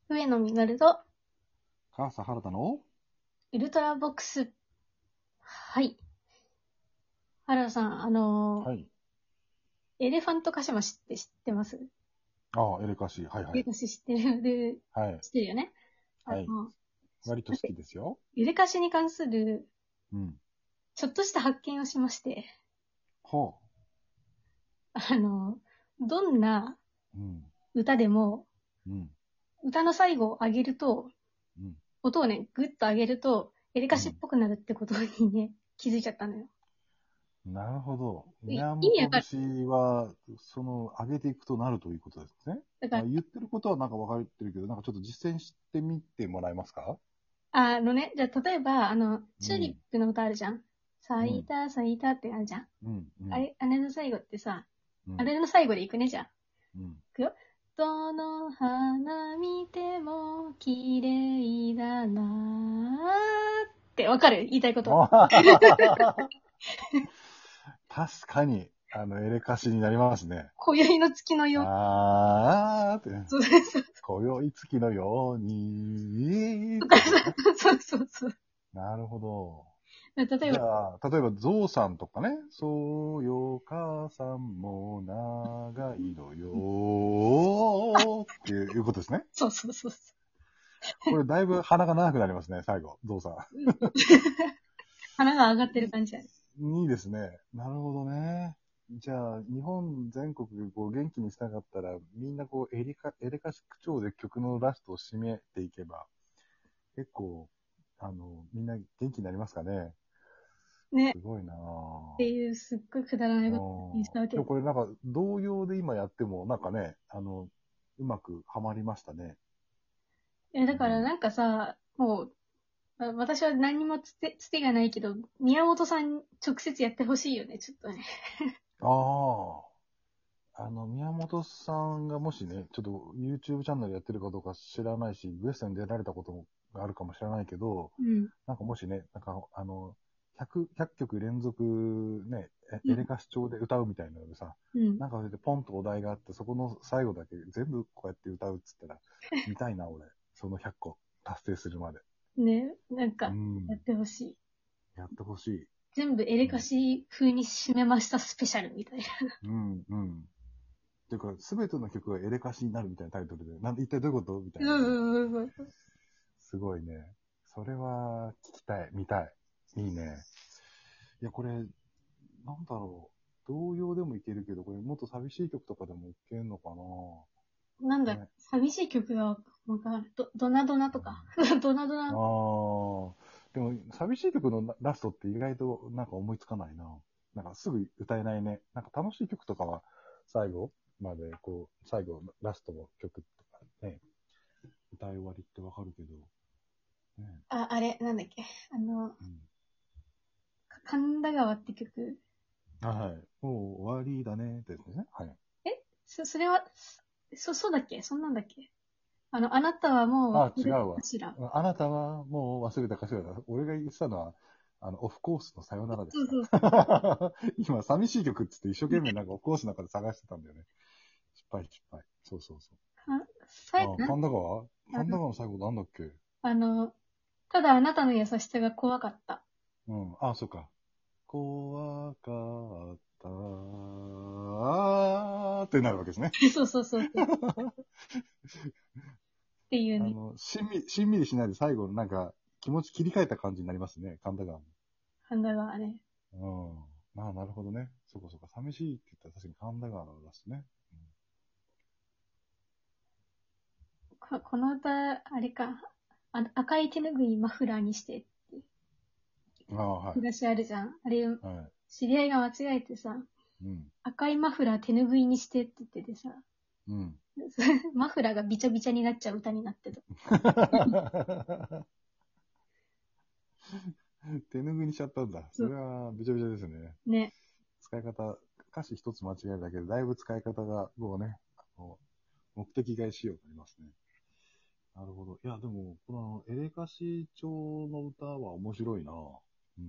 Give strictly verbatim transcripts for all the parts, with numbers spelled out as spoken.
上野実と母さん原田のウルトラボックス。はい。原田さん、あのはい。 ー、エレファントカシマシって知ってます？ ああ、エレカシ。はいはい。 エレカシ知ってる、 はい。 知ってるよね。あはい。 の、 割と好きですよ。 エレカシに関するうん。 ちょっとした発見をしまして、 ほあの、どんなう。うん。 歌でも、 うん。 歌の最後を上げると、 うん。 音をね、グッと上げると、エレカうん。 シっぽくなるってことにね、気づいちゃったのよ。 なるほど。 い宮意味わかる。 本節は、その、上げていくとなるということですね。 だから、 まあ、言ってることはなんか分かってるけど、なんかちょっと実践してみてもらえますか？ あのね、じゃあ例えば、あの、チューリッうん。 プの歌あるじゃん。 うん。 咲いた、咲いたってあるじゃん。 うん。うん。 あれ、あれの最後ってさ、 うん。 あれの最後でいくね、じゃあ。 うん。 いくよ。どの花見ても綺麗だなーってわかる？言いたいこと。 確かに、あの、エレカシになりますね。 今宵の月のよ。 あーって。 そうそう今宵月のように、っとか、 てやつですね。 そうそうそう。 なるほど。 例えば、 じゃあ、例えば、ゾウさんとかね、そうよ、母さんも長いのよっていうことですね。 そうそうそうそこれ、だいぶ鼻が長くなりますね、最後、ゾウさう。花が上がってる感じある。 ん。いいですね。なるほどね。じゃあ、日本全国こう元気にしたかったら、みんなこうエレカ、エレカシ口調で曲のラストを締めていけば、結構、あの、みんな元気になりますかね。 ね。 すごいなってぁ。 いう、すっごいくだらないうことにしたわん。 けです。 でもこれなんか、同様で今やっても、なんかね、あの、うまくはまりましたね。 え、だうん。 からなんかさ、もう、あ私は何にもつて、つてがないけど、宮本さん直接やってほしいよね、ちょっとね。 ああ。あの、宮本さんがもしね、ちょっと YouTube チャンネルやってるかどうか知らないし、ウエストに出られたことがあるかもしれないけど、 うん。 なんかもしね、なんか、あの、ひゃく、ひゃっきょく連続ね、 うん。 エレカシ調で歌うみたいなのでさ、 うん。 なんかそれでポンとお題があって、そこの最後だけ全部こうやって歌うっつったら、見たいな、俺。そのひゃっこ達成するまで。 ね、なんうか、やっん。 てほしい。 やってほしい。 全部エレカシ風に締めましたスペシャルみたいな。 うん、うん。うん。ていうか、すべての曲がエレカシになるみたいなタイトルで、なんで一体どういうことみたいなね。 うんうんうん。 すごいね。それは聞きたい、見たい。いいね。いや、これ、なんだろう。童謡でもいけるけど、これもっと寂しい曲とかでもいけんのかなんだ、 な。ね。 寂しい曲がわかる。ド、ドナドナとか。ドナドああナ。 ー。でも、寂しい曲のラストって意外となんか思いつかないな。なんかすぐ歌えないね。なんか楽しい曲とかは最後まで、こう、最後、ラストの曲とかね、歌い終わりってわかるけど、ね。 あ、あれ、なんだっけ。あの、 うん。 神田川って曲。 はい。もう終わりだねってやつですね。はい。 えそ、それは、そ、そうだっけ？そんなんだっけ？あの、あなたはもうあ、 忘れた違うわ。 かしら。 あなたはもう忘れたかしらだ。俺が言ってたのは、あの、オフコースのさよならでしそうそう。 た。今、寂しい曲っつって一生懸命なんかオフコースの中で探してたんだよね。失敗、失敗。そうそうそあ、さい、 う。あ、 な、 神田川あの、 神田川の最後なんだっけ？ あの、ただあなたの優しさが怖かった。 うん。あ、そうか。怖かったーってなるわけですね。 そうそうそうそう。っていうね。 あの、しんみり、しんみりしないで最後のなんか気持ち切り替えた感じになりますね。神田川も。 神田川ね。 うん。まあ、なるほどね。そうかそうか。寂しいって言ったら確かに神田川だしね。 こ、この歌、あれか。あの、赤い手ぬぐいマフラーにしてってうん、ああ、は見出しあるじゃん。あれ、 い。はい。 知り合いが間違えてさ、 うん。 赤いマフラー手ぬぐいにしてって言っててさ、 うん。 マフラーがびちゃびちゃになっちゃう歌になってた。 手拭いにしちゃったんだ。そそうれは、びちゃびちゃですね。 ね。 使い方、歌詞一つ間違えるだけで、だいぶ使い方が、もうね、あの、目的外仕様になりますね。なるほど。いや、でも、このエレカシ調の歌は面白いな。うん。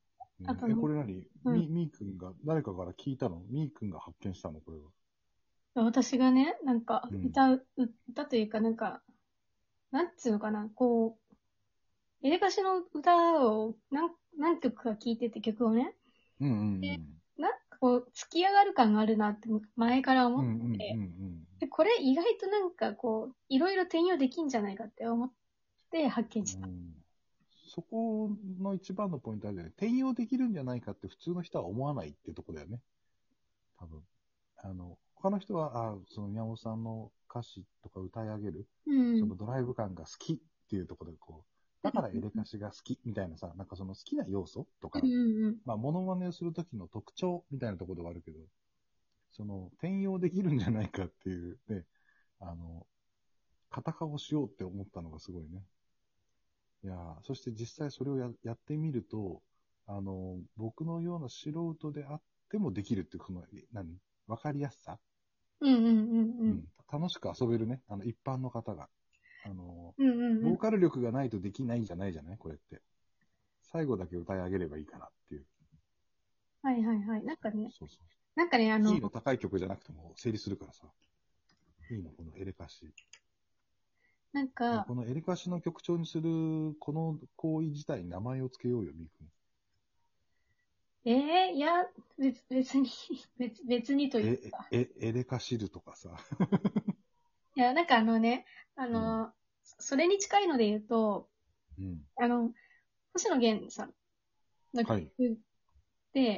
ね、え、 あとね、 これ何うん。 み、みーくんが、誰かから聞いたのみーくんが発見したのこれは。 私がね、なんかうん歌う、歌というかなんか、なんつうのかな、こう、エレカシの歌を何、何曲か聴いてて曲をね、 うんうんで、なんかこう、突き上がる感があるなって前からうん。う思っんうんうんて、 うんで、これ意外となんかこう、いろいろ転用できんじゃないかって思って発見した。 うん。そこの一番のポイントあるよね。転用できるんじゃないかって普通の人は思わないっていうところだよね。多分。あの、他の人は、あその宮本さんの歌詞とか歌い上げる、 うん。 そのドライブ感が好きっていうところでこう、だからエレカシが好きみたいなさ、なんかその好きな要素とか、 うんうん。 まあ、モノマネをするときの特徴みたいなところではあるけど、その、転用できるんじゃないかっていうね、あの、片顔をしようって思ったのがすごいね。いやーそして実際それをややってみると、あの、僕のような素人であってもできるっていう、この、え何わかりやすさ、 うんうんうんううんん。 楽しく遊べるね。あの、一般の方が。あの、 うんうんうん。 ボーカル力がないとできないんじゃないじゃないこれって。最後だけ歌い上げればいいかなっていう。 はいはいはい。なんかね、 そうそう。 なんかね、あの、 キーの高い曲じゃなくても成立するからさ。いいの、このエレカシ。 なんか、 いやこのエレカシの曲調にする、この行為自体に名前をつけようよ、みーくん。 ええいや、別、別に、別、別にというえ、 か。 え、エレカシルとかさ。 いや、なんかあのね、あうん。 の、それに近いので言うと、 うん。 あの、星野源さんの曲はい。 って、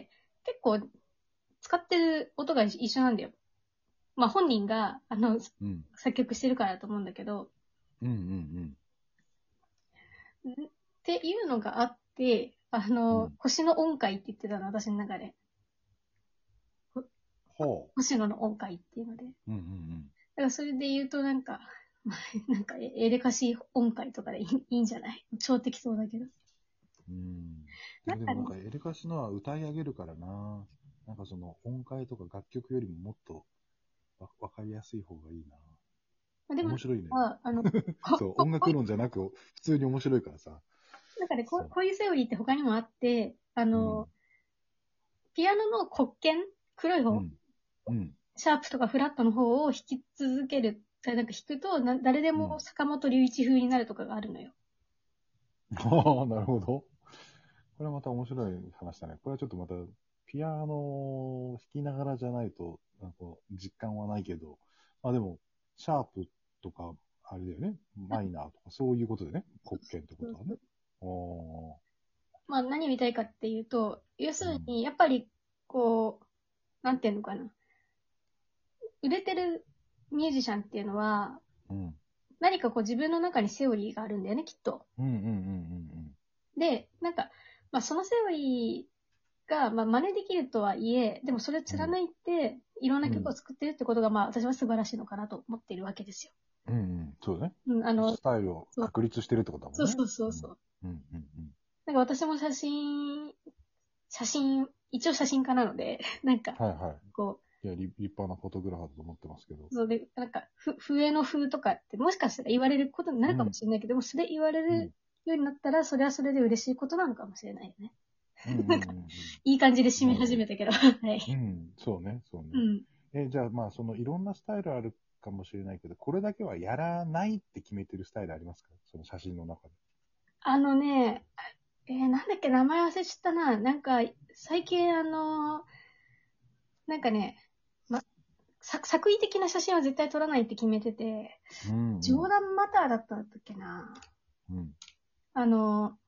結構使ってる音が一緒なんだよ。まあ本人が、あの、 うん。 作曲してるからだと思うんだけど、 うんうんんっていうのがあって、あうん。うの、 ん。 星の音階って言ってたの、私の中で。ほほ星野の音階っていうので。だう。うんうんからそれで言うとなんか、まあなんかエエレカシ音階とかでいいいいんじゃない？超適当だけど。 うん。うん。いや、でなんかね、 もなんかエレカシのは歌い上げるからな。なんかその音階とか楽曲よりももっとわわかりやすい方がいいな。 まあでも、 面白いね。 ああの、こ、 そう、 こ、こうい音楽論じゃなく、普通に面白いからさ。 なんかね、こう、 そこういうセオリーって他にもあって、あう。うん。 の、ピアノの黒鍵、黒い方、 うん。うん。 シャープとかフラットの方を弾き続ける、なんか弾くとな、誰でうん。 も坂本龍一風になるとかがあるのよ。 ああ、なるほど。これはまた面白い話だね。これはちょっとまた、ピアノを弾きながらじゃないと、なんか実感はないけど、あ、でも、シャープとか、あれだよね。マイナーとか、そういうことでね。黒鍵ってことはね。おー。 まあ何見たいかっていうと、要すうん。 るに、やっぱり、こう、なんていうのかな。売れてるミュージシャンっていうのは、 うん。 何かこう自分の中にセオリーがあるんだよね、きっと。 うんうんうんで、なんか、まあそのセオリーが、まあ真似できるとはいえ、でもそれをうんうん。 貫いて、いろんなうん。 曲を作ってるってことが、まあ私は素晴らしいのかなと思っているわけですよ。 うんうん。そうだね。 うん、あの、 スタイルをそう、 確立してるってことだもんね。 そうそうそううん。 そう。 うんうんなんか私も写真、写真、一応写真家なので、なんか、 うん。はいはい。 こいや、立立派なフォトグラファーだと思ってますけど。 う、そうで、なんか、ふ、笛の風とかってもしかしたら言われることになるかもうん。 しれないけども、それ言われうん。 るようになったら、それはそれで嬉しいことなのかもしれないよね。 うんうんうなんか、 んいい感じでうん。 締めなるほど。 始めたけど、はい。 うん、そうね、そうね。 うん。 え、じゃあまあ、そのいろんなスタイルあるかもしれないけど、これだけはやらないって決めてるスタイルありますかその写真の中で。 あのね、えーなんだっけ、名前忘れちゃったな。なんか、最近あの、なんかね、ま、作、作為的な写真は絶対撮らないって決めてて、 うんジョーダン・マターだったんだっけな。 うん。うん。 あの、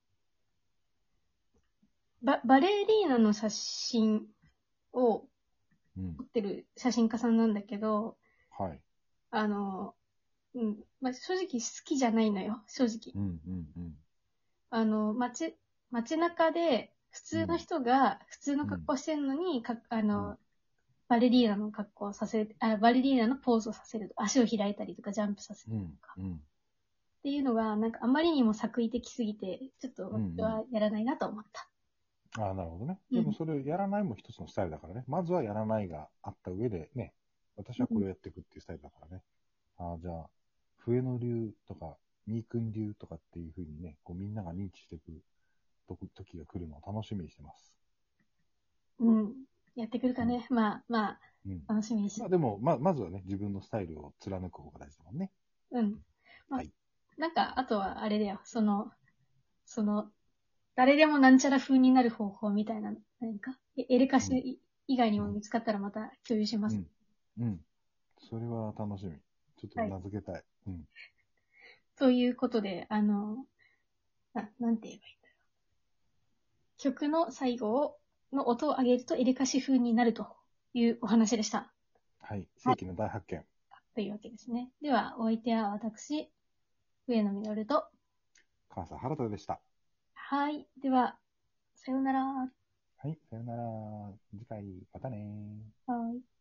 バ、バレリーナの写真をうん。 撮ってる写真家さんなんだけど、 はい。 あの、うん、まあ、正直好きじゃないのよ、正直。 うんうんうん。 あの、街、街中で普通のうん。 人が普通のうん。 格好してるのに、か、あうん。 の、バレリーナの格好をさせる、あ、バレリーナのポーズをさせると、足を開いたりとかジャンプさせるうん。 とか。 うん。 っていうのが、なんかあまりにも作為的すぎて、ちょっとうん。 私はやらないなと思った。 ああ、なるほどね。 うん。 でもそれやらないも一つのスタイルだからね。まずはやらないがあった上でね、私はこれをやっていくっていうスタイルだからね。ああ、じゃあ、笛の流とか、みーくん流とかっていうふうにね、こうみんなが認知していくと時が来るのを楽しみにしてます。 うん。やってくるかうん。 ね。まあまあ、 うん。 楽しみにして。 まあでも、ま、まずはね、自分のスタイルを貫く方が大事だもんね。 うん。まあ、 はいなんか、あとはあれだよ。その、その、誰でもなんちゃら風になる方法みたいな、何か、エエレカうんシ以外にも見つかったらまた共有します。 うん。うん。それは楽しみ。ちょっとはい。 名付けたい。うん。 ということで、あの、な、なんて言えばいいんだろう。曲の最後を、の音を上げるとエレカシ風になるというお話でした。 はい。 はい。 世紀の大発見。 というわけですね。では、お相手は私、上野実と、 川佐原人でした。 はい。では、さようなら。 はい。さよなら。次回、またねー。 はい。